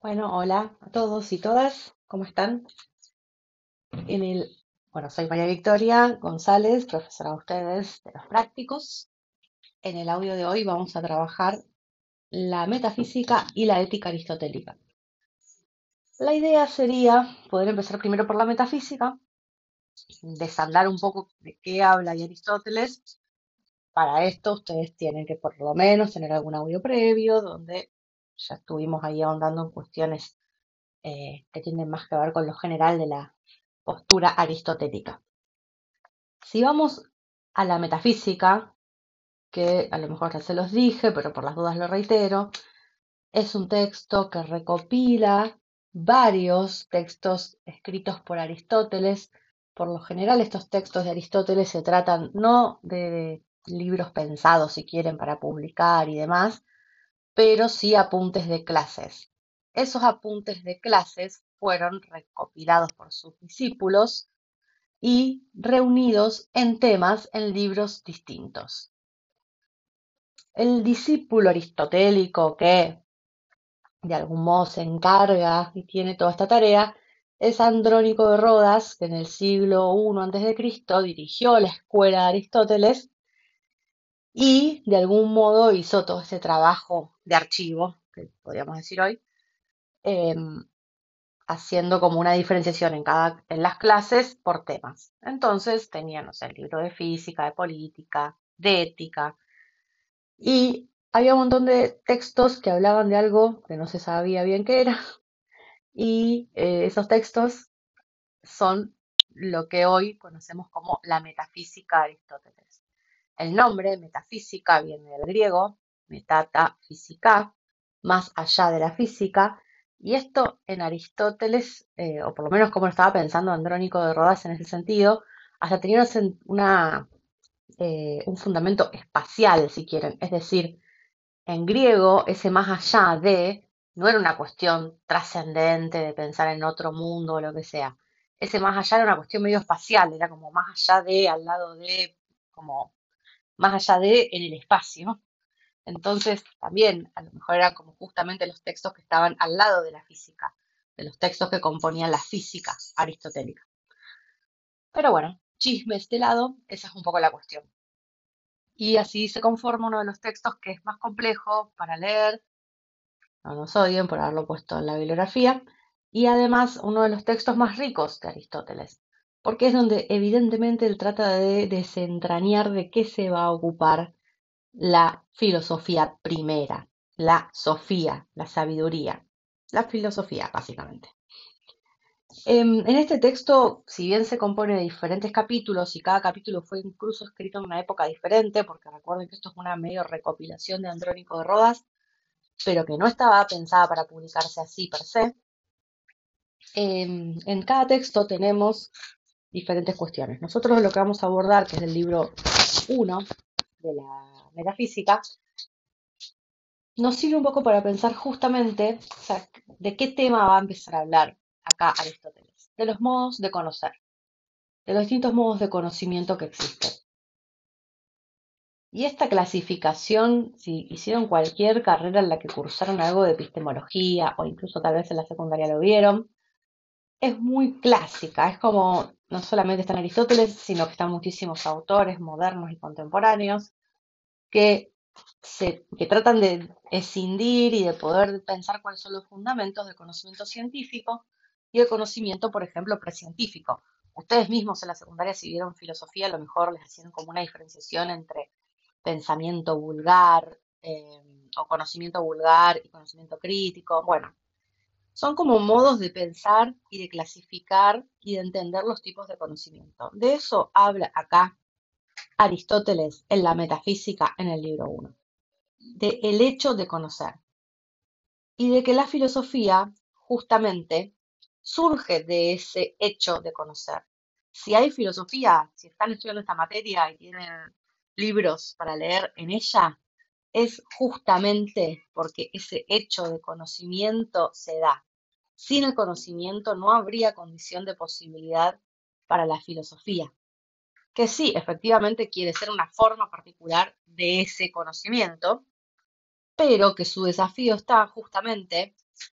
Bueno, hola a todos y todas, ¿cómo están? En el, soy María Victoria González, profesora de ustedes de los prácticos. En el audio de hoy vamos a trabajar la metafísica y la ética aristotélica. La idea sería poder empezar primero por la metafísica, desandar un poco de qué habla ahí Aristóteles. Para esto ustedes tienen que por lo menos tener algún audio previo donde ya estuvimos ahí ahondando en cuestiones que tienen más que ver con lo general de la postura aristotélica. Si vamos a la metafísica, que a lo mejor ya se los dije, pero por las dudas lo reitero, es un texto que recopila varios textos escritos por Aristóteles. Por lo general, estos textos de Aristóteles se tratan no de libros pensados, si quieren, para publicar y demás, pero sí apuntes de clases. Esos apuntes de clases fueron recopilados por sus discípulos y reunidos en temas en libros distintos. El discípulo aristotélico que de algún modo se encarga y tiene toda esta tarea es Andrónico de Rodas, que en el siglo I a.C. dirigió la escuela de Aristóteles y de algún modo hizo todo este trabajo de archivo, que podríamos decir hoy, eh, haciendo como una diferenciación en las clases por temas. Entonces tenía, no sé, el libro de física, de política, de ética, y había un montón de textos que hablaban de algo que no se sabía bien qué era, y esos textos son lo que hoy conocemos como la metafísica de Aristóteles. El nombre metafísica viene del griego, metata física, más allá de la física, y esto en Aristóteles, o por lo menos como lo estaba pensando Andrónico de Rodas en ese sentido, hasta tenía un fundamento espacial, si quieren. Es decir, en griego, ese más allá de no era una cuestión trascendente de pensar en otro mundo o lo que sea. Ese más allá era una cuestión medio espacial, era como más allá de, al lado de, como más allá de en el espacio. Entonces, también a lo mejor eran como justamente los textos que estaban al lado de la física, de los textos que componían la física aristotélica. Pero bueno, chismes de lado, esa es un poco la cuestión. Y así se conforma uno de los textos que es más complejo para leer, no nos odien por haberlo puesto en la bibliografía, y además uno de los textos más ricos de Aristóteles, porque es donde evidentemente él trata de desentrañar de qué se va a ocupar la filosofía primera, la sofía, la sabiduría, la filosofía básicamente. En este texto, si bien se compone de diferentes capítulos y cada capítulo fue incluso escrito en una época diferente, porque recuerden que esto es una medio recopilación de Andrónico de Rodas, pero que no estaba pensada para publicarse así per se. En cada texto tenemos diferentes cuestiones. Nosotros lo que vamos a abordar, que es el libro 1 de la metafísica, nos sirve un poco para pensar justamente, o sea, de qué tema va a empezar a hablar acá Aristóteles. De los modos de conocer, de los distintos modos de conocimiento que existen. Y esta clasificación, si hicieron cualquier carrera en la que cursaron algo de epistemología o incluso tal vez en la secundaria lo vieron, es muy clásica. Es como, no solamente está en Aristóteles, sino que están muchísimos autores modernos y contemporáneos que, que tratan de escindir y de poder pensar cuáles son los fundamentos del conocimiento científico y el conocimiento, por ejemplo, precientífico. Ustedes mismos en la secundaria, si vieron filosofía, a lo mejor les hacían como una diferenciación entre pensamiento vulgar o conocimiento vulgar y conocimiento crítico. Bueno, son como modos de pensar y de clasificar y de entender los tipos de conocimiento. De eso habla acá Aristóteles en la Metafísica en el libro 1, de el hecho de conocer y de que la filosofía justamente surge de ese hecho de conocer. Si hay filosofía, si están estudiando esta materia y tienen libros para leer en ella, es justamente porque ese hecho de conocimiento se da. Sin el conocimiento no habría condición de posibilidad para la filosofía, que sí, efectivamente quiere ser una forma particular de ese conocimiento, pero que su desafío está justamente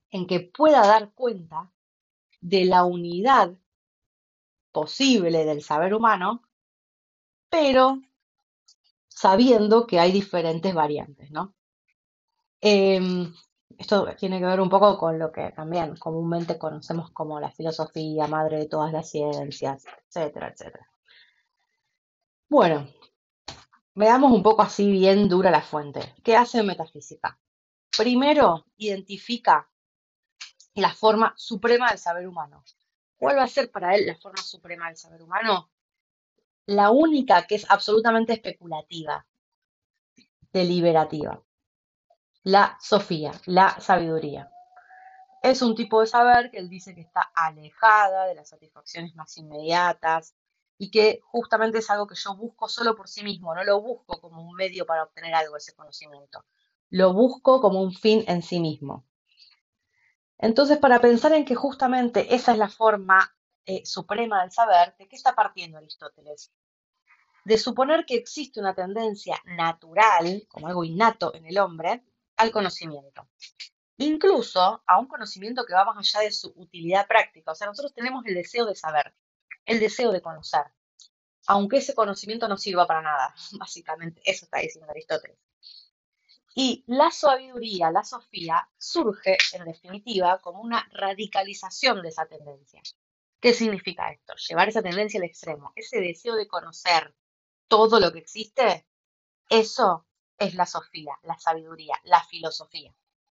en que pueda dar cuenta de la unidad posible del saber humano, pero sabiendo que hay diferentes variantes, ¿no? Em, Esto tiene que ver un poco con lo que también comúnmente conocemos como la filosofía, madre de todas las ciencias, etcétera, etcétera. Bueno, veamos un poco así bien dura la fuente. ¿Qué hace metafísica? Primero, identifica la forma suprema del saber humano. ¿Cuál va a ser para él la forma suprema del saber humano? La única que es absolutamente especulativa, deliberativa. La Sofía, la sabiduría. Es un tipo de saber que él dice que está alejada de las satisfacciones más inmediatas y que justamente es algo que yo busco solo por sí mismo, no lo busco como un medio para obtener algo, ese conocimiento. Lo busco como un fin en sí mismo. Entonces, para pensar en que justamente esa es la forma suprema del saber, ¿de qué está partiendo Aristóteles? De suponer que existe una tendencia natural, como algo innato en el hombre, al conocimiento. Incluso a un conocimiento que va más allá de su utilidad práctica. O sea, nosotros tenemos el deseo de saber, el deseo de conocer, aunque ese conocimiento no sirva para nada. Básicamente, eso está diciendo Aristóteles. Y la sabiduría, la sofía, surge, en definitiva, como una radicalización de esa tendencia. ¿Qué significa esto? Llevar esa tendencia al extremo, ese deseo de conocer todo lo que existe, eso es la sofía, la sabiduría, la filosofía.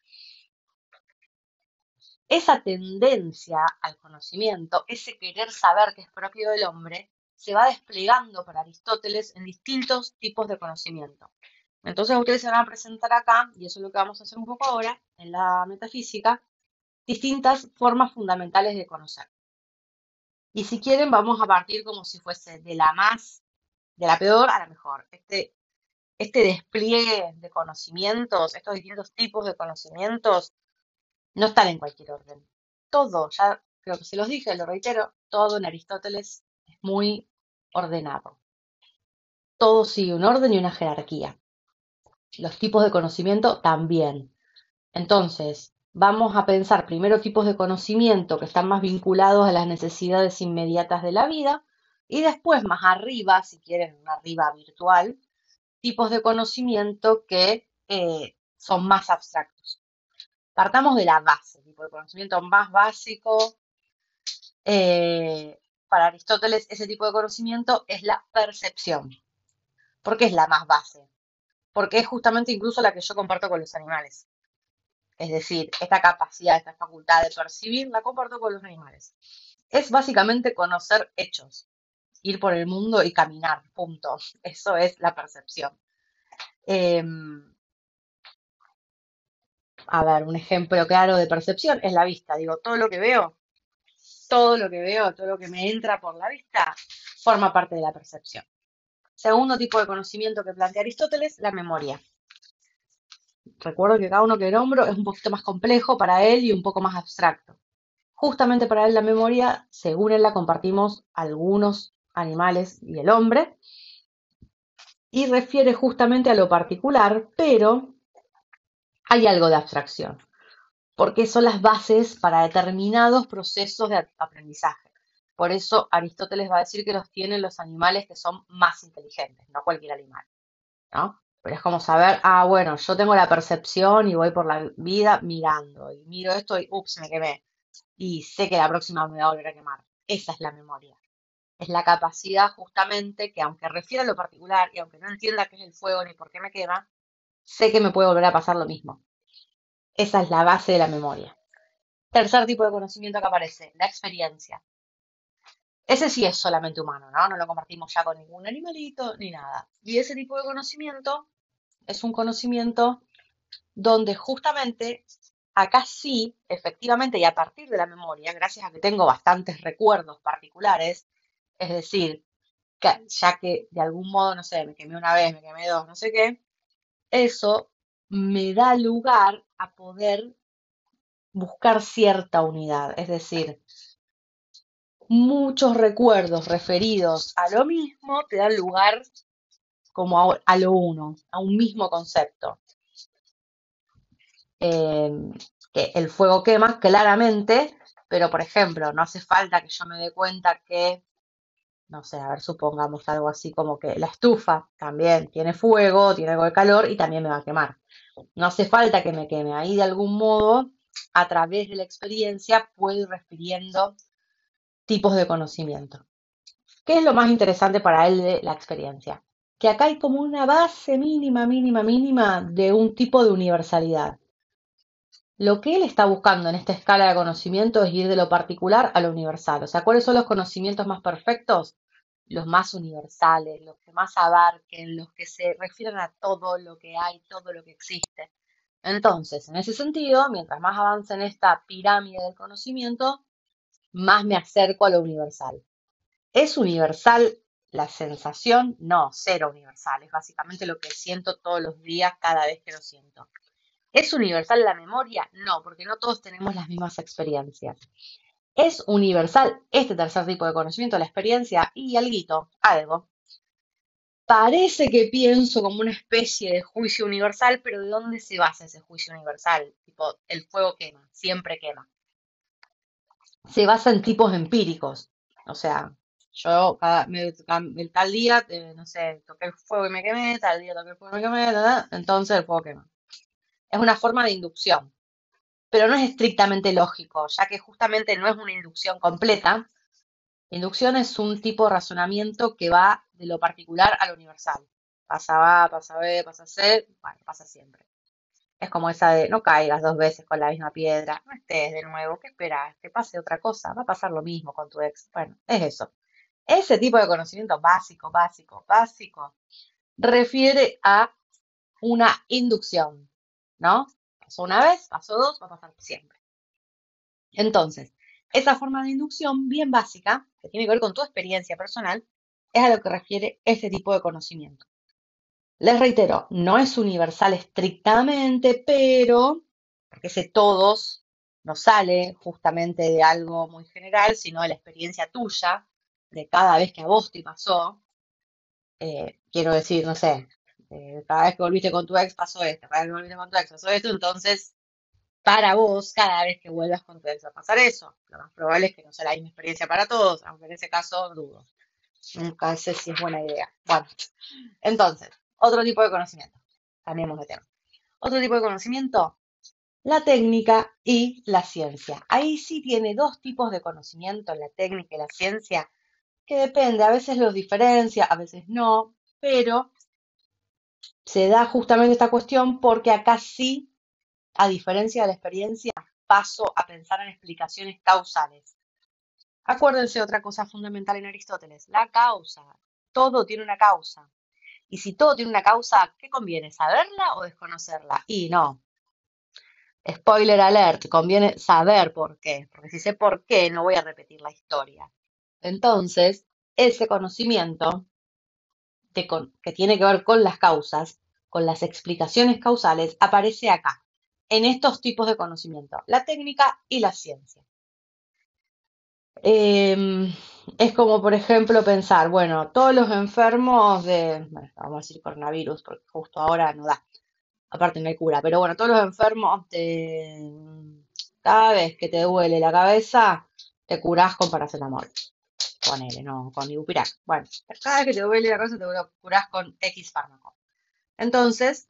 Esa tendencia al conocimiento, ese querer saber que es propio del hombre, se va desplegando para Aristóteles en distintos tipos de conocimiento. Entonces ustedes se van a presentar acá, y eso es lo que vamos a hacer un poco ahora, en la metafísica, distintas formas fundamentales de conocer. Y si quieren, vamos a partir como si fuese de la peor a la mejor. Este despliegue de conocimientos, estos distintos tipos de conocimientos, no están en cualquier orden. Todo, ya creo que se los dije, lo reitero, todo en Aristóteles es muy ordenado. Todo sigue un orden y una jerarquía. Los tipos de conocimiento también. Entonces, vamos a pensar primero tipos de conocimiento que están más vinculados a las necesidades inmediatas de la vida y después más arriba, si quieren, una arriba virtual, tipos de conocimiento que son más abstractos. Partamos de la base, tipo de conocimiento más básico. Para Aristóteles, ese tipo de conocimiento es la percepción. ¿Por qué es la más base? Porque es justamente incluso la que yo comparto con los animales. Es decir, esta capacidad, esta facultad de percibir, la comparto con los animales. Es básicamente conocer hechos, ir por el mundo y caminar, punto. Eso es la percepción. Eh, a ver, un ejemplo claro de percepción es la vista. Digo, todo lo que veo, todo lo que me entra por la vista, forma parte de la percepción. Segundo tipo de conocimiento que plantea Aristóteles, la memoria. Recuerdo que cada uno que nombro es un poquito más complejo para él y un poco más abstracto. Justamente para él la memoria, según él la compartimos algunos animales y el hombre, y refiere justamente a lo particular, pero hay algo de abstracción, porque son las bases para determinados procesos de aprendizaje. Por eso Aristóteles va a decir que los tienen los animales que son más inteligentes, no cualquier animal, ¿no? Pero es como saber, bueno, yo tengo la percepción y voy por la vida mirando, y miro esto y, ups, me quemé. Y sé que la próxima me va a volver a quemar. Esa es la memoria. Es la capacidad justamente que aunque refiera a lo particular y aunque no entienda qué es el fuego ni por qué me quema, sé que me puede volver a pasar lo mismo. Esa es la base de la memoria. Tercer tipo de conocimiento que aparece, la experiencia. Ese sí es solamente humano, ¿no? No lo compartimos ya con ningún animalito ni nada. Y ese tipo de conocimiento es un conocimiento donde justamente acá sí, efectivamente, y a partir de la memoria, gracias a que tengo bastantes recuerdos particulares, es decir, que ya que de algún modo, no sé, me quemé una vez, me quemé dos, no sé qué, eso me da lugar a poder buscar cierta unidad, es decir, muchos recuerdos referidos a lo mismo te dan lugar como a lo uno, a un mismo concepto. eh, que el fuego quema claramente, pero por ejemplo, no hace falta que yo me dé cuenta que, no sé, a ver, supongamos algo así como que la estufa también tiene fuego, tiene algo de calor y también me va a quemar. No hace falta que me queme. Ahí de algún modo, a través de la experiencia, puedo ir refiriendo tipos de conocimiento. ¿Qué es lo más interesante para él de la experiencia? Que acá hay como una base mínima, mínima, mínima de un tipo de universalidad. Lo que él está buscando en esta escala de conocimiento es ir de lo particular a lo universal. O sea, ¿cuáles son los conocimientos más perfectos? Los más universales, los que más abarquen, los que se refieren a todo lo que hay, todo lo que existe. Entonces, en ese sentido, mientras más avance en esta pirámide del conocimiento, más me acerco a lo universal. ¿Es universal la sensación? No, cero universal. Es básicamente lo que siento todos los días cada vez que lo siento. ¿Es universal la memoria? No, porque no todos tenemos las mismas experiencias. ¿Es universal este tercer tipo de conocimiento, la experiencia? Y algo. Parece que pienso como una especie de juicio universal, pero ¿de dónde se basa ese juicio universal? Tipo, el fuego quema, siempre quema. Se basa en tipos empíricos. O sea, yo el tal día, no sé, toqué el fuego y me quemé, tal día toqué el fuego y me quemé, entonces el fuego quema. Es una forma de inducción, pero no es estrictamente lógico, ya que justamente no es una inducción completa. Inducción es un tipo de razonamiento que va de lo particular a lo universal. Pasa A, pasa B, pasa C, bueno, pasa siempre. Es como esa de no caigas dos veces con la misma piedra, no estés de nuevo, ¿qué esperas? Que pase otra cosa, va a pasar lo mismo con tu ex. Bueno, es eso. Ese tipo de conocimiento básico, básico, básico, refiere a una inducción, ¿no? Pasó una vez, pasó dos, va a pasar siempre. Entonces, esa forma de inducción bien básica, que tiene que ver con tu experiencia personal, es a lo que refiere este tipo de conocimiento. Les reitero, no es universal estrictamente, pero, porque ese todos no sale justamente de algo muy general, sino de la experiencia tuya, de cada vez que a vos te pasó. Quiero decir, no sé, cada vez que volviste con tu ex pasó esto, cada vez que volviste con tu ex pasó esto, entonces para vos, cada vez que vuelvas con tu ex va a pasar eso. Lo más probable es que no sea la misma experiencia para todos, aunque en ese caso dudo. Nunca sé si es buena idea. Bueno, entonces, otro tipo de conocimiento. Cambiemos de tema. Otro tipo de conocimiento, la técnica y la ciencia. Ahí sí tiene dos tipos de conocimiento, la técnica y la ciencia, que depende, a veces los diferencia, a veces no, pero se da justamente esta cuestión porque acá sí, a diferencia de la experiencia, paso a pensar en explicaciones causales. Acuérdense otra cosa fundamental en Aristóteles, la causa. Todo tiene una causa. Y si todo tiene una causa, ¿qué conviene? ¿Saberla o desconocerla? Y no. Spoiler alert, conviene saber por qué, porque si sé por qué, no voy a repetir la historia. Entonces, ese conocimiento que tiene que ver con las causas, con las explicaciones causales, aparece acá, en estos tipos de conocimiento, la técnica y la ciencia. Eh, es como, por ejemplo, pensar, bueno, todos los enfermos bueno, vamos a decir coronavirus, porque justo ahora no da, aparte no hay cura, pero bueno, todos los enfermos, cada vez que te duele la cabeza, te curás con paracetamol, ponele, no, con ibupirac. Bueno, cada vez que te duele la cabeza, te curás con X fármaco. Entonces,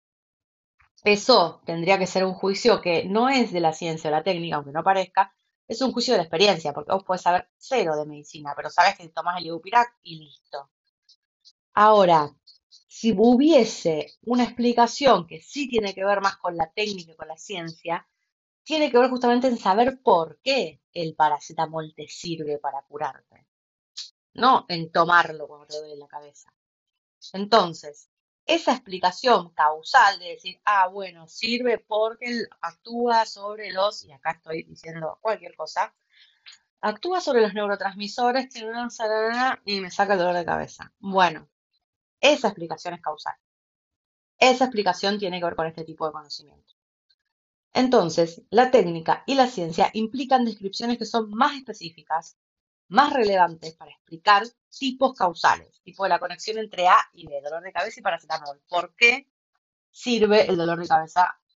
eso tendría que ser un juicio que no es de la ciencia o la técnica, aunque no parezca, es un juicio de la experiencia, porque vos podés saber cero de medicina, pero sabés que tomás el ibupirac y listo. Ahora, si hubiese una explicación que sí tiene que ver más con la técnica y con la ciencia, tiene que ver justamente en saber por qué el paracetamol te sirve para curarte, no en tomarlo cuando te duele la cabeza. Entonces, esa explicación causal de decir, ah, bueno, sirve porque actúa sobre los, y acá estoy diciendo cualquier cosa, actúa sobre los neurotransmisores y me saca el dolor de cabeza. Bueno, esa explicación es causal. Esa explicación tiene que ver con este tipo de conocimiento. Entonces, la técnica y la ciencia implican descripciones que son más específicas, más relevantes para explicar tipos causales, tipo la conexión entre A y B, dolor de cabeza y paracetamol. ¿Por qué sirve el dolor de cabeza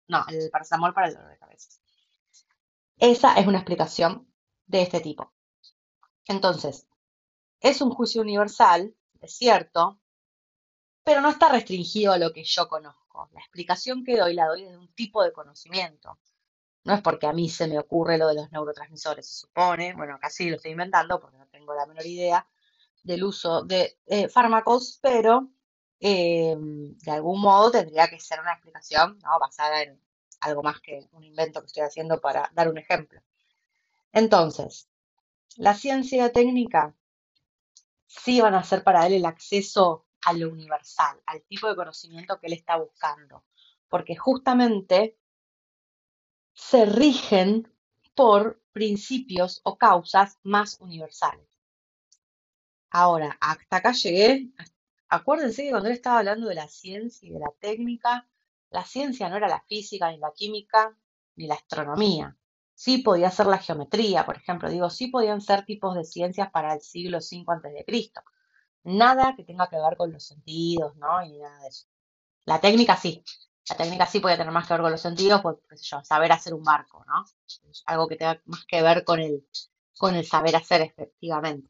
no, el paracetamol para el dolor de cabeza. Esa es una explicación de este tipo. Entonces, es un juicio universal, es cierto, pero no está restringido a lo que yo conozco. La explicación que doy la doy desde un tipo de conocimiento. No es porque a mí se me ocurre lo de los neurotransmisores, se supone, bueno, casi lo estoy inventando porque no tengo la menor idea del uso de fármacos, pero de algún modo tendría que ser una explicación, ¿no?, basada en algo más que un invento que estoy haciendo para dar un ejemplo. Entonces, la ciencia técnica sí van a ser para él el acceso a lo universal, al tipo de conocimiento que él está buscando, porque justamente se rigen por principios o causas más universales. Ahora, hasta acá llegué. Acuérdense que cuando él estaba hablando de la ciencia y de la técnica, la ciencia no era la física, ni la química, ni la astronomía. Sí podía ser la geometría, por ejemplo. Digo, sí podían ser tipos de ciencias para el siglo V antes de Cristo. Nada que tenga que ver con los sentidos, ¿no? Y nada de eso. La técnica sí. La técnica sí puede tener más que ver con los sentidos, pues, qué sé yo, saber hacer un barco, ¿no? Es algo que tenga más que ver con el saber hacer, efectivamente.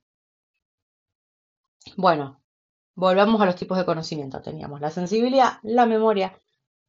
Bueno, volvamos a los tipos de conocimiento. Teníamos la sensibilidad, la memoria,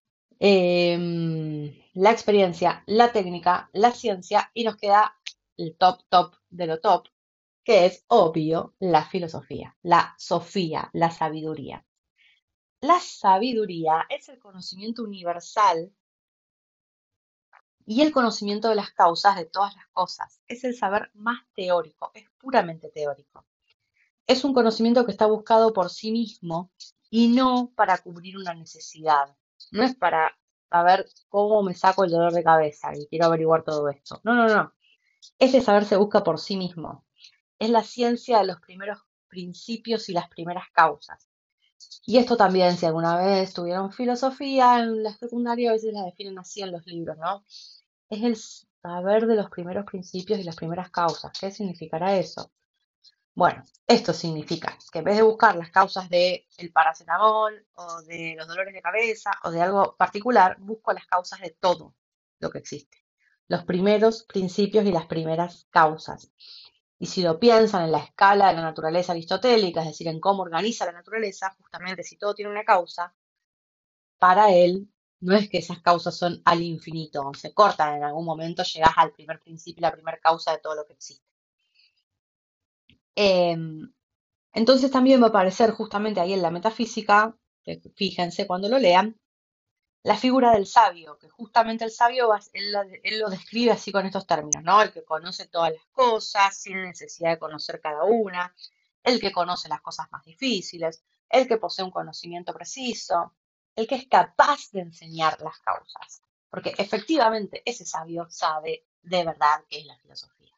la experiencia, la técnica, la ciencia y nos queda el top de lo top, que es obvio la filosofía, la sofía, la sabiduría. La sabiduría es el conocimiento universal y el conocimiento de las causas de todas las cosas. Es el saber más teórico, es puramente teórico. Es un conocimiento que está buscado por sí mismo y no para cubrir una necesidad. No es para saber cómo me saco el dolor de cabeza y quiero averiguar todo esto. No, no, no. Ese saber se busca por sí mismo. Es la ciencia de los primeros principios y las primeras causas. Y esto también, si alguna vez tuvieron filosofía en la secundaria, a veces la definen así en los libros, ¿no? Es el saber de los primeros principios y las primeras causas. ¿Qué significará eso? Bueno, esto significa que en vez de buscar las causas del paracetamol o de los dolores de cabeza o de algo particular, busco las causas de todo lo que existe. Los primeros principios y las primeras causas. Y si lo piensan en la escala de la naturaleza aristotélica, es decir, en cómo organiza la naturaleza, justamente si todo tiene una causa, para él no es que esas causas son al infinito, se cortan en algún momento, llegas al primer principio y la primera causa de todo lo que existe. Em, Entonces también va a aparecer justamente ahí en la metafísica, que fíjense cuando lo lean, la figura del sabio, que justamente el sabio, él lo describe así con estos términos, ¿no? El que conoce todas las cosas sin necesidad de conocer cada una, el que conoce las cosas más difíciles, el que posee un conocimiento preciso, el que es capaz de enseñar las causas, porque efectivamente ese sabio sabe de verdad qué es la filosofía.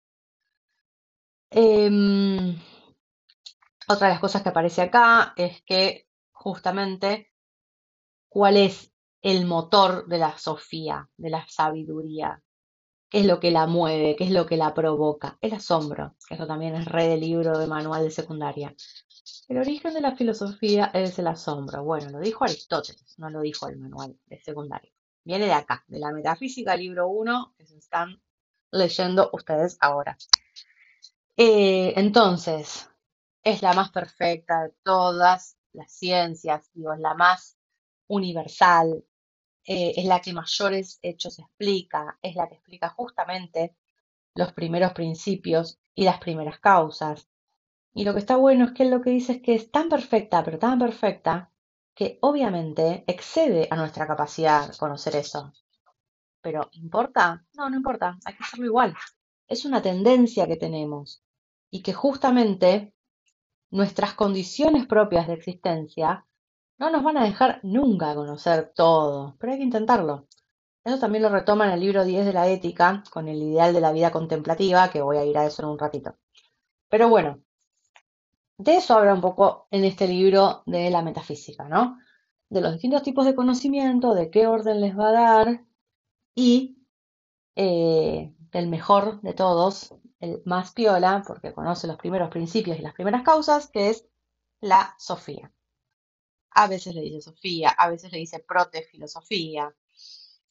Em, Otra de las cosas que aparece acá es que justamente cuál es el motor de la sofía, de la sabiduría, qué es lo que la mueve, qué es lo que la provoca. El asombro, que eso también es re de libro de manual de secundaria. El origen de la filosofía es el asombro. Bueno, lo dijo Aristóteles, no lo dijo el manual de secundaria. Viene de acá, de la metafísica, libro 1, que se están leyendo ustedes ahora. Entonces, es la más perfecta de todas las ciencias, digo, es la más universal, es la que mayores hechos explica, es la que explica justamente los primeros principios y las primeras causas. Y lo que está bueno es que él lo que dice es que es tan perfecta, pero tan perfecta, que obviamente excede a nuestra capacidad de conocer eso. Pero ¿importa? No, no importa, hay que hacerlo igual. Es una tendencia que tenemos y que justamente nuestras condiciones propias de existencia no nos van a dejar nunca conocer todo, pero hay que intentarlo. Eso también lo retoma en el libro 10 de la ética, con el ideal de la vida contemplativa, que voy a ir a eso en un ratito. Pero bueno, de eso habla un poco en este libro de la metafísica, ¿no? De los distintos tipos de conocimiento, de qué orden les va a dar y del mejor de todos, el más piola, porque conoce los primeros principios y las primeras causas, que es la Sofía. A veces le dice Sofía, a veces le dice protefilosofía.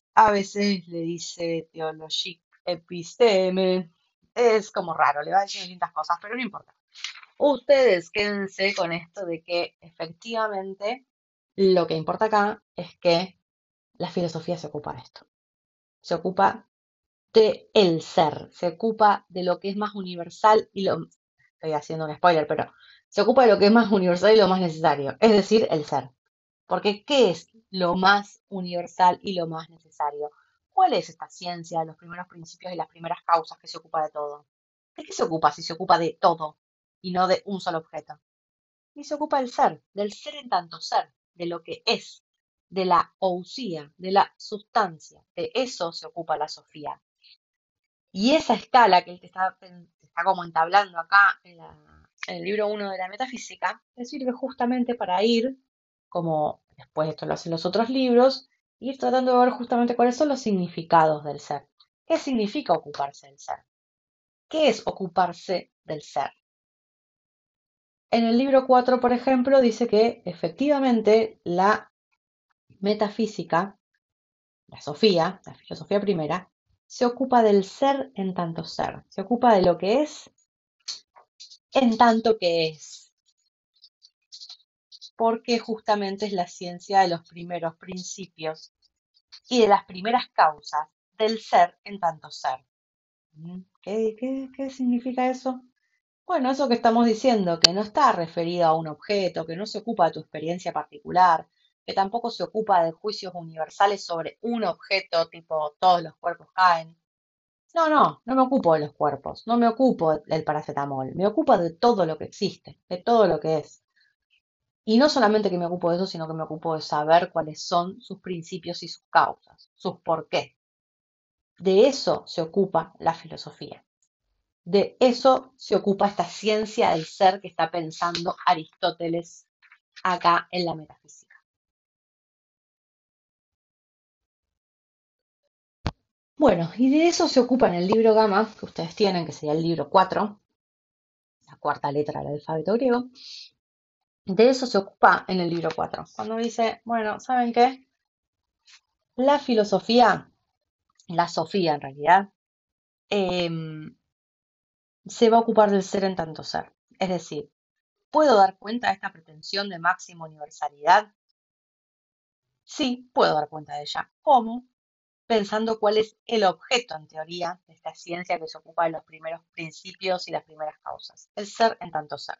A veces le dice Theologic Episteme. Es como raro, le va a decir distintas cosas, pero no importa. Ustedes quédense con esto de que efectivamente lo que importa acá es que la filosofía se ocupa de esto. Se ocupa de el ser, se ocupa de lo que es más universal y lo... Estoy haciendo un spoiler, pero se ocupa de lo que es más universal y lo más necesario, es decir, el ser. Porque ¿qué es lo más universal y lo más necesario? ¿Cuál es esta ciencia, los primeros principios y las primeras causas que se ocupa de todo? ¿De qué se ocupa si se ocupa de todo y no de un solo objeto? Y se ocupa del ser en tanto ser, de lo que es, de la ousía, de la sustancia. De eso se ocupa la Sofía. Y esa escala que él te está como entablando acá en el libro uno de la metafísica, te sirve justamente para ir, como después esto lo hacen los otros libros, ir tratando de ver justamente cuáles son los significados del ser. ¿Qué significa ocuparse del ser? ¿Qué es ocuparse del ser? En el libro 4, por ejemplo, dice que efectivamente la metafísica, la Sofía, la filosofía primera, se ocupa del ser en tanto ser, se ocupa de lo que es en tanto que es, porque justamente es la ciencia de los primeros principios y de las primeras causas del ser en tanto ser. ¿Qué significa eso? Bueno, eso que estamos diciendo, que no está referido a un objeto, que no se ocupa de tu experiencia particular, que tampoco se ocupa de juicios universales sobre un objeto, tipo todos los cuerpos caen. No me ocupo de los cuerpos, no me ocupo del paracetamol, me ocupo de todo lo que existe, de todo lo que es. Y no solamente que me ocupo de eso, sino que me ocupo de saber cuáles son sus principios y sus causas, sus por qué. De eso se ocupa la filosofía. De eso se ocupa esta ciencia del ser que está pensando Aristóteles acá en la metafísica. Bueno, y de eso se ocupa en el libro Gamma, que ustedes tienen, que sería el libro 4, la cuarta letra del alfabeto griego. De eso se ocupa en el libro 4, cuando dice, bueno, ¿saben qué? La filosofía, la Sofía en realidad, em, se va a ocupar del ser en tanto ser. Es decir, ¿puedo dar cuenta de esta pretensión de máxima universalidad? Sí, puedo dar cuenta de ella. ¿Cómo? Pensando cuál es el objeto, en teoría, de esta ciencia que se ocupa de los primeros principios y las primeras causas. El ser en tanto ser.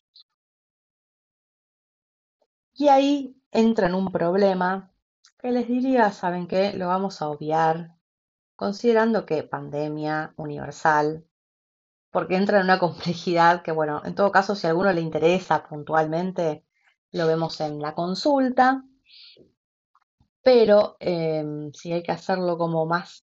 Y ahí entra en un problema que les diría, ¿saben qué? Lo vamos a obviar, considerando que pandemia universal, porque entra en una complejidad que, bueno, en todo caso, si a alguno le interesa puntualmente, lo vemos en la consulta, pero si hay que hacerlo como más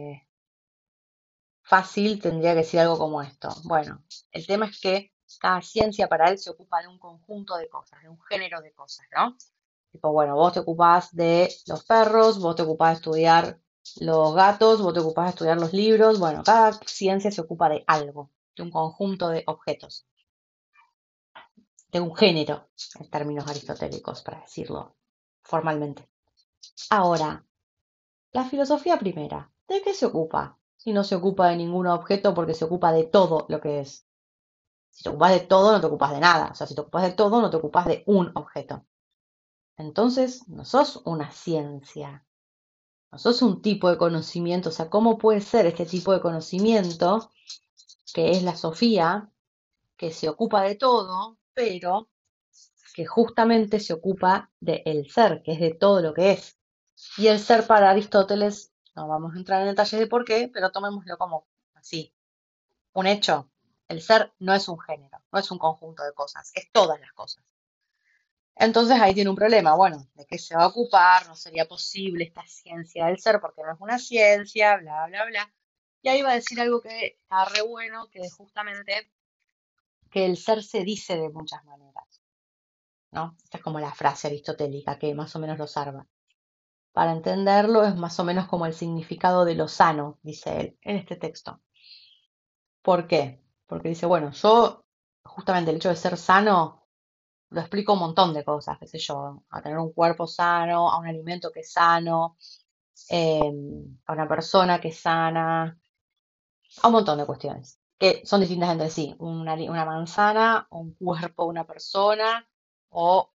fácil, tendría que decir algo como esto. Bueno, el tema es que cada ciencia para él se ocupa de un conjunto de cosas, de un género de cosas, ¿no? Tipo, bueno, vos te ocupás de los perros, vos te ocupás de estudiar los gatos, vos te ocupás de estudiar los libros. Bueno, cada ciencia se ocupa de algo, de un conjunto de objetos, de un género, en términos aristotélicos, para decirlo formalmente. Ahora, la filosofía primera, ¿de qué se ocupa? Si no se ocupa de ningún objeto porque se ocupa de todo lo que es. Si te ocupas de todo, no te ocupas de nada. O sea, si te ocupas de todo, no te ocupas de un objeto. Entonces, no sos una ciencia, no sos un tipo de conocimiento. O sea, ¿cómo puede ser este tipo de conocimiento, que es la Sofía, que se ocupa de todo, pero que justamente se ocupa del ser, que es de todo lo que es? Y el ser para Aristóteles, no vamos a entrar en detalles de por qué, pero tomémoslo como así, un hecho. El ser no es un género, no es un conjunto de cosas, es todas las cosas. Entonces ahí tiene un problema. Bueno, ¿de qué se va a ocupar? No sería posible esta ciencia del ser porque no es una ciencia, bla, bla, bla. Y ahí va a decir algo que está re bueno, que es justamente que el ser se dice de muchas maneras, ¿no? Esta es como la frase aristotélica que más o menos lo salva. Para entenderlo es más o menos como el significado de lo sano, dice él, en este texto. ¿Por qué? Porque dice, bueno, yo, justamente el hecho de ser sano, lo explico un montón de cosas, qué sé yo, a tener un cuerpo sano, a un alimento que es sano, eh, a una persona que sana, a un montón de cuestiones que son distintas entre sí. Una manzana, un cuerpo, una persona o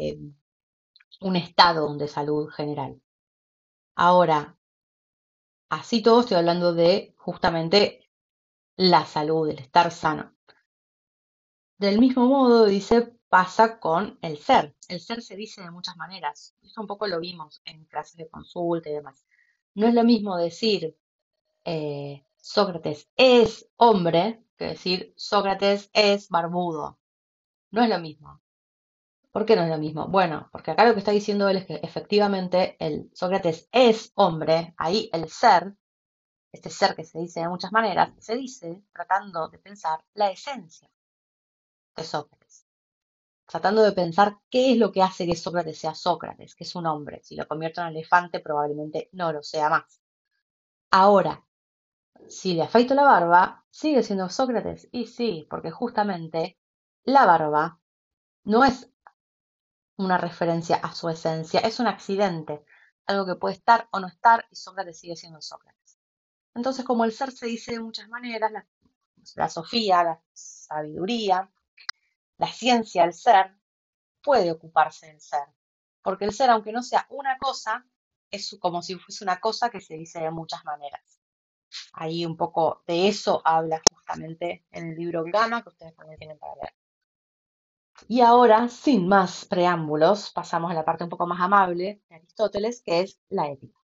un estado de salud general. Ahora, así todo estoy hablando de justamente la salud, el estar sano. Del mismo modo, dice, pasa con el ser. El ser se dice de muchas maneras. Esto un poco lo vimos en clases de consulta y demás. No es lo mismo decir Sócrates es hombre que decir Sócrates es barbudo. No es lo mismo. ¿Por qué no es lo mismo? Bueno, porque acá lo que está diciendo él es que efectivamente el Sócrates es hombre, ahí el ser, este ser que se dice de muchas maneras, se dice tratando de pensar la esencia de Sócrates, tratando de pensar qué es lo que hace que Sócrates sea Sócrates, que es un hombre. Si lo convierto en elefante, probablemente no lo sea más. Ahora, si le afeito la barba, sigue siendo Sócrates. Y sí, porque justamente la barba no es una referencia a su esencia, es un accidente, algo que puede estar o no estar y Sócrates sigue siendo Sócrates. Entonces, como el ser se dice de muchas maneras, la sofía, la sabiduría, la ciencia, el ser, puede ocuparse del ser. Porque el ser, aunque no sea una cosa, es como si fuese una cosa que se dice de muchas maneras. Ahí un poco de eso habla justamente en el libro Gama, que ustedes también tienen para leer. Y ahora, sin más preámbulos, pasamos a la parte un poco más amable de Aristóteles, que es la ética.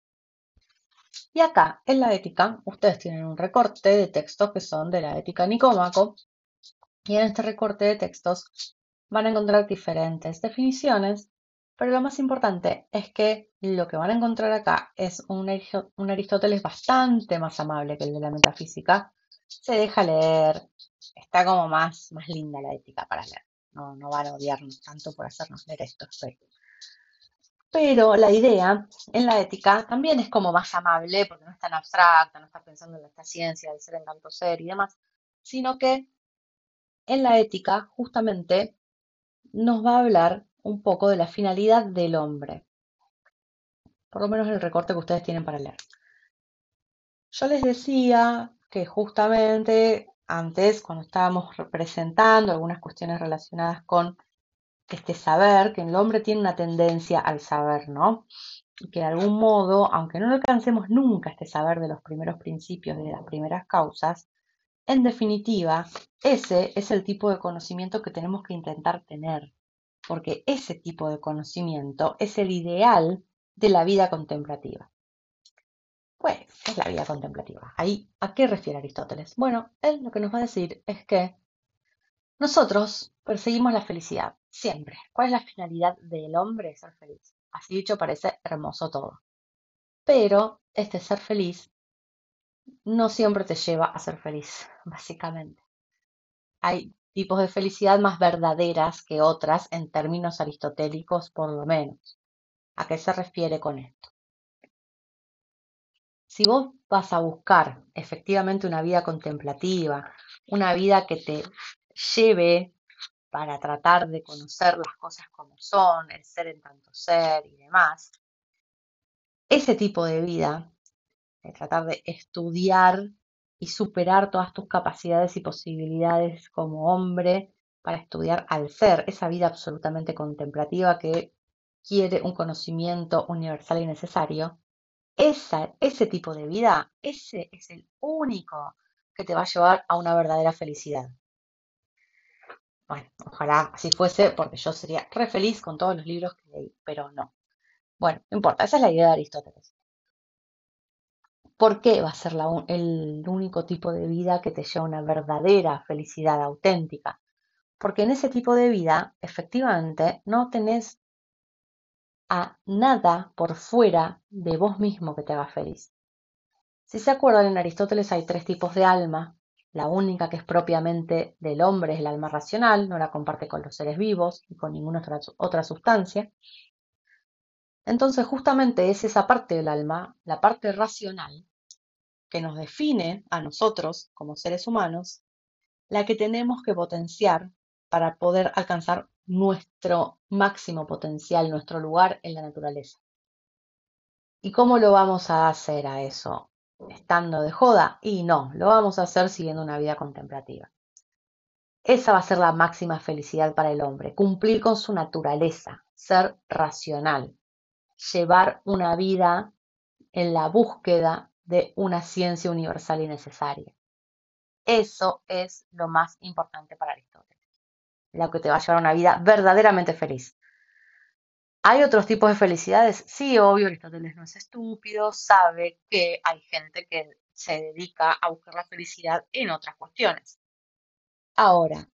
Y acá, en la ética, ustedes tienen un recorte de textos que son de la ética Nicómaco, y en este recorte de textos van a encontrar diferentes definiciones, pero lo más importante es que lo que van a encontrar acá es un Aristóteles bastante más amable que el de la metafísica. Se deja leer, está como más linda la ética para leer. No, no van a odiarnos tanto por hacernos leer esto, espero. Pero la idea en la ética también es como más amable, porque no es tan abstracta, no está pensando en esta ciencia del ser en tanto ser y demás, sino que en la ética justamente nos va a hablar un poco de la finalidad del hombre, por lo menos el recorte que ustedes tienen para leer. Yo les decía que justamente antes, cuando estábamos representando algunas cuestiones relacionadas con este saber, que el hombre tiene una tendencia al saber, ¿no? Y que de algún modo, aunque no alcancemos nunca este saber de los primeros principios, de las primeras causas, en definitiva, ese es el tipo de conocimiento que tenemos que intentar tener, porque ese tipo de conocimiento es el ideal de la vida contemplativa. Pues es la vida contemplativa. Ahí, ¿a qué refiere Aristóteles? Bueno, él lo que nos va a decir es que nosotros perseguimos la felicidad, siempre. ¿Cuál es la finalidad del hombre? Ser feliz. Así dicho, parece hermoso todo. Pero este ser feliz no siempre te lleva a ser feliz, básicamente. Hay tipos de felicidad más verdaderas que otras en términos aristotélicos, por lo menos. ¿A qué se refiere con esto? Si vos vas a buscar efectivamente una vida contemplativa, una vida que te lleve para tratar de conocer las cosas como son, el ser en tanto ser y demás, ese tipo de vida, de tratar de estudiar y superar todas tus capacidades y posibilidades como hombre para estudiar al ser, esa vida absolutamente contemplativa que quiere un conocimiento universal y necesario, ese tipo de vida, ese es el único que te va a llevar a una verdadera felicidad. Bueno, ojalá así fuese, porque yo sería re feliz con todos los libros que leí, pero no. Bueno, no importa, esa es la idea de Aristóteles. ¿Por qué va a ser el único tipo de vida que te lleva a una verdadera felicidad auténtica? Porque en ese tipo de vida, efectivamente, no tenés a nada por fuera de vos mismo que te haga feliz. Si se acuerdan, en Aristóteles hay tres tipos de alma. La única que es propiamente del hombre es el alma racional, no la comparte con los seres vivos y con ninguna otra sustancia. Entonces, justamente es esa parte del alma, la parte racional, que nos define a nosotros como seres humanos, la que tenemos que potenciar para poder alcanzar nuestro máximo potencial, nuestro lugar en la naturaleza. ¿Y cómo lo vamos a hacer a eso? ¿Estando de joda? Y no, lo vamos a hacer siguiendo una vida contemplativa. Esa va a ser la máxima felicidad para el hombre, cumplir con su naturaleza, ser racional, llevar una vida en la búsqueda de una ciencia universal y necesaria. Eso es lo más importante para Aristóteles, lo que te va a llevar a una vida verdaderamente feliz. ¿Hay otros tipos de felicidades? Sí, obvio, Aristóteles no es estúpido, sabe que hay gente que se dedica a buscar la felicidad en otras cuestiones. Ahora,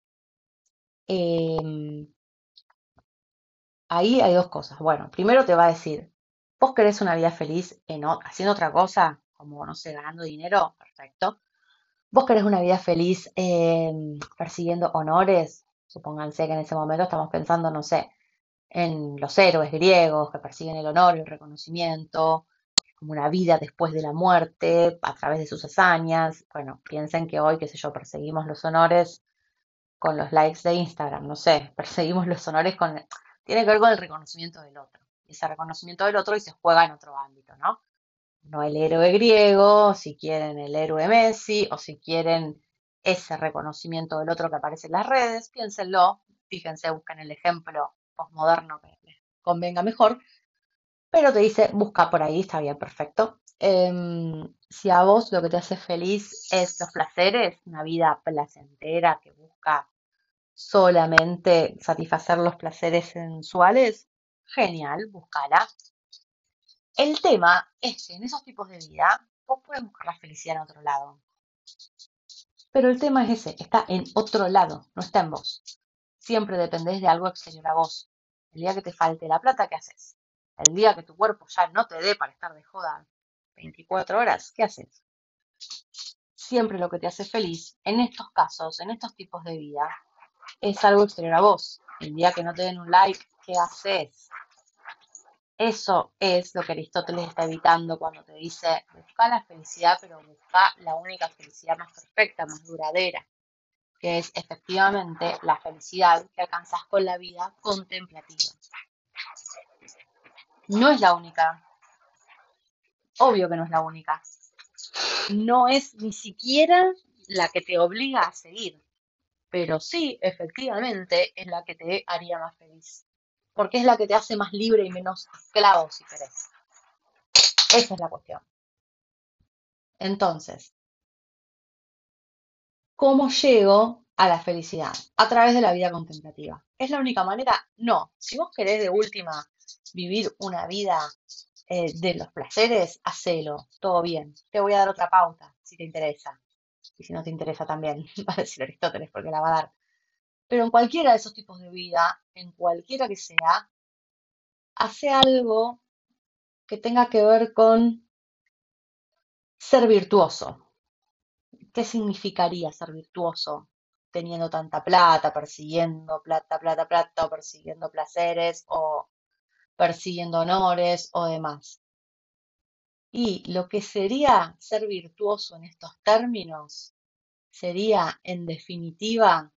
em, ahí hay dos cosas. Bueno, primero te va a decir, ¿vos querés una vida feliz haciendo otra cosa? Como, no sé, ganando dinero, perfecto. ¿Vos querés una vida feliz persiguiendo honores? Supónganse que en ese momento estamos pensando, no sé, en los héroes griegos que persiguen el honor, el reconocimiento, como una vida después de la muerte, a través de sus hazañas. Bueno, piensen que hoy, qué sé yo, perseguimos los honores con los likes de Instagram, no sé, perseguimos los honores con... Tiene que ver con el reconocimiento del otro. Y ese reconocimiento del otro y se juega en otro ámbito, ¿no? No el héroe griego, si quieren el héroe Messi, o si quieren ese reconocimiento del otro que aparece en las redes, piénsenlo, fíjense, busquen el ejemplo postmoderno que les convenga mejor, pero te dice, busca por ahí, está bien, perfecto. Si a vos lo que te hace feliz es los placeres, una vida placentera que busca solamente satisfacer los placeres sensuales, genial, búscala. El tema es que en esos tipos de vida vos puedes buscar la felicidad en otro lado. Pero el tema es ese, está en otro lado, no está en vos. Siempre dependés de algo exterior a vos. El día que te falte la plata, ¿qué haces? El día que tu cuerpo ya no te dé para estar de joda 24 horas, ¿qué haces? Siempre lo que te hace feliz, en estos casos, en estos tipos de vida, es algo exterior a vos. El día que no te den un like, ¿qué haces? Eso es lo que Aristóteles está evitando cuando te dice, busca la felicidad, pero busca la única felicidad más perfecta, más duradera, que es efectivamente la felicidad que alcanzas con la vida contemplativa. No es la única, obvio que no es la única. No es ni siquiera la que te obliga a seguir, pero sí, efectivamente, es la que te haría más feliz, porque es la que te hace más libre y menos esclavo, si querés. Esa es la cuestión. Entonces, ¿cómo llego a la felicidad? A través de la vida contemplativa. ¿Es la única manera? No. Si vos querés de última vivir una vida de los placeres, hacelo, todo bien. Te voy a dar otra pauta, si te interesa. Y si no te interesa también, va a decir Aristóteles, porque la va a dar. Pero en cualquiera de esos tipos de vida, en cualquiera que sea, hace algo que tenga que ver con ser virtuoso. ¿Qué significaría ser virtuoso teniendo tanta plata, persiguiendo plata, plata, plata, o persiguiendo placeres, o persiguiendo honores o demás? Y lo que sería ser virtuoso en estos términos sería, en definitiva,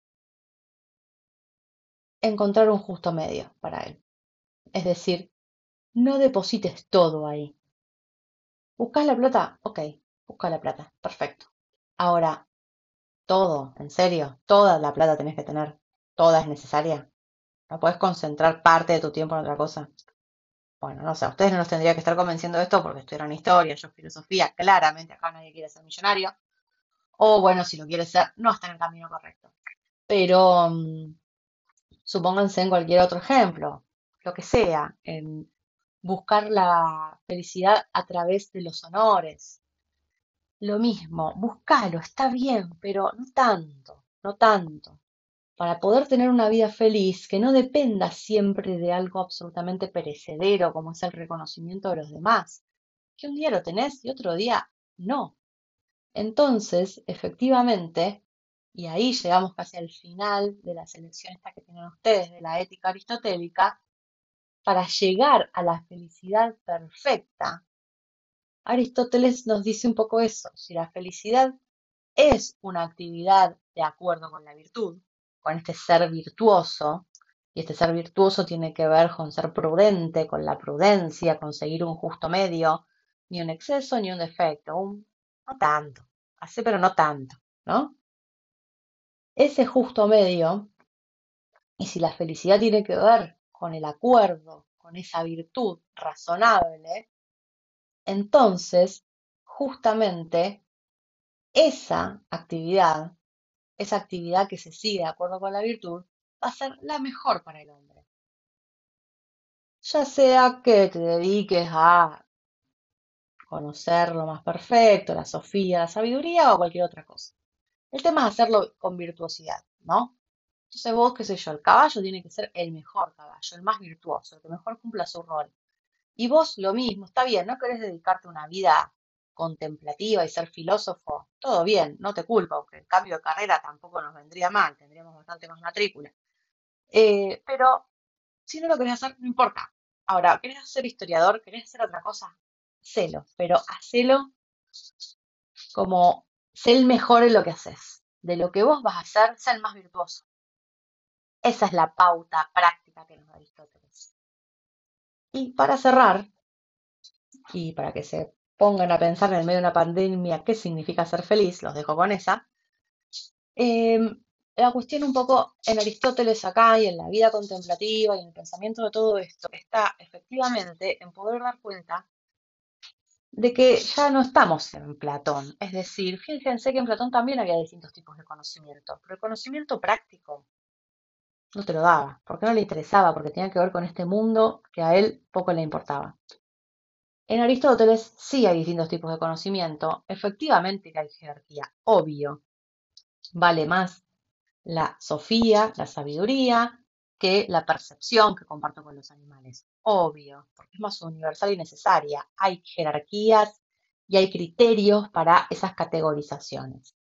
encontrar un justo medio para él. Es decir, no deposites todo ahí. ¿Buscas la plata? Ok, busca la plata, perfecto. Ahora, todo, en serio, toda la plata tenés que tener, toda es necesaria. ¿No puedes concentrar parte de tu tiempo en otra cosa? Bueno, no sé, a ustedes no nos tendría que estar convenciendo de esto porque estudiaron historia, yo filosofía, claramente acá nadie quiere ser millonario. O bueno, si lo quiere ser, no está en el camino correcto. Pero supónganse en cualquier otro ejemplo, lo que sea, en buscar la felicidad a través de los honores. Lo mismo, búscalo, está bien, pero no tanto, no tanto. Para poder tener una vida feliz que no dependa siempre de algo absolutamente perecedero como es el reconocimiento de los demás, que un día lo tenés y otro día no. Entonces, efectivamente, y ahí llegamos casi al final de la selección esta que tienen ustedes de la ética aristotélica, para llegar a la felicidad perfecta, Aristóteles nos dice un poco eso, si la felicidad es una actividad de acuerdo con la virtud, con este ser virtuoso, Y este ser virtuoso tiene que ver con ser prudente, con la prudencia, conseguir un justo medio, ni un exceso ni un defecto, un no tanto, así pero no tanto, ¿no? Ese justo medio, y si la felicidad tiene que ver con el acuerdo, con esa virtud razonable, entonces justamente esa actividad que se sigue de acuerdo con la virtud, va a ser la mejor para el hombre. Ya sea que te dediques a conocer lo más perfecto, la sofía, la sabiduría o cualquier otra cosa. El tema es hacerlo con virtuosidad, ¿no? Entonces vos, qué sé yo, el caballo tiene que ser el mejor caballo, el más virtuoso, el que mejor cumpla su rol. Y vos lo mismo, está bien, no querés dedicarte a una vida contemplativa y ser filósofo, todo bien, no te culpo, aunque el cambio de carrera tampoco nos vendría mal, tendríamos bastante más matrícula. Pero si no lo querés hacer, no importa. Ahora, ¿querés ser historiador? ¿Querés hacer otra cosa? Hacelo, pero hacelo como sé el mejor en lo que haces. De lo que vos vas a hacer, sé el más virtuoso. Esa es la pauta práctica que nos da Aristóteles. Y para cerrar, y para que se pongan a pensar en el medio de una pandemia qué significa ser feliz, los dejo con esa. eh, la cuestión un poco en Aristóteles acá y en la vida contemplativa y en el pensamiento de todo esto está efectivamente en poder dar cuenta de que ya no estamos en Platón. Es decir, fíjense que en Platón también había distintos tipos de conocimiento, pero el conocimiento práctico no te lo daba, porque no le interesaba, porque tenía que ver con este mundo que a él poco le importaba. En Aristóteles sí hay distintos tipos de conocimiento, efectivamente que hay jerarquía, obvio. Vale más la sofía, la sabiduría, que la percepción que comparto con los animales, obvio, porque es más universal y necesaria. Hay jerarquías y hay criterios para esas categorizaciones.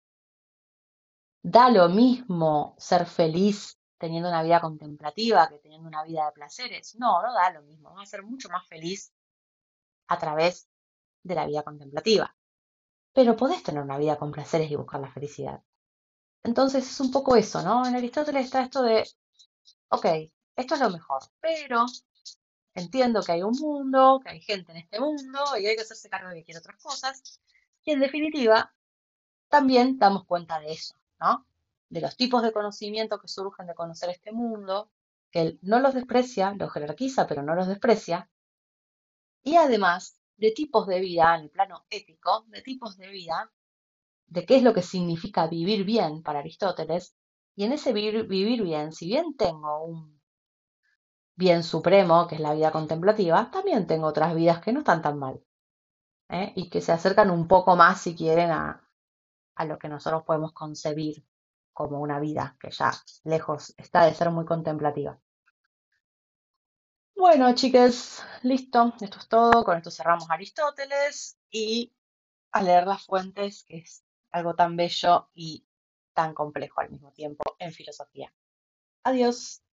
Da lo mismo ser feliz teniendo una vida contemplativa que teniendo una vida de placeres. No, no da lo mismo. Vas a ser mucho más feliz a través de la vida contemplativa. Pero podés tener una vida con placeres y buscar la felicidad. Entonces es un poco eso, ¿no? En Aristóteles está esto de, ok, esto es lo mejor, pero entiendo que hay un mundo, que hay gente en este mundo y hay que hacerse cargo de que quiere otras cosas. Y en definitiva, también damos cuenta de eso, ¿no? De los tipos de conocimiento que surgen de conocer este mundo, que él no los desprecia, los jerarquiza, pero no los desprecia, y además de tipos de vida en el plano ético, de tipos de vida, de qué es lo que significa vivir bien para Aristóteles, y en ese vivir bien, si bien tengo un bien supremo, que es la vida contemplativa, también tengo otras vidas que no están tan mal, ¿eh? Y que se acercan un poco más, si quieren, a lo que nosotros podemos concebir como una vida, que ya lejos está de ser muy contemplativa. Bueno, chicas, listo, esto es todo, con esto cerramos Aristóteles y a leer las fuentes, que es algo tan bello y tan complejo al mismo tiempo en filosofía. Adiós.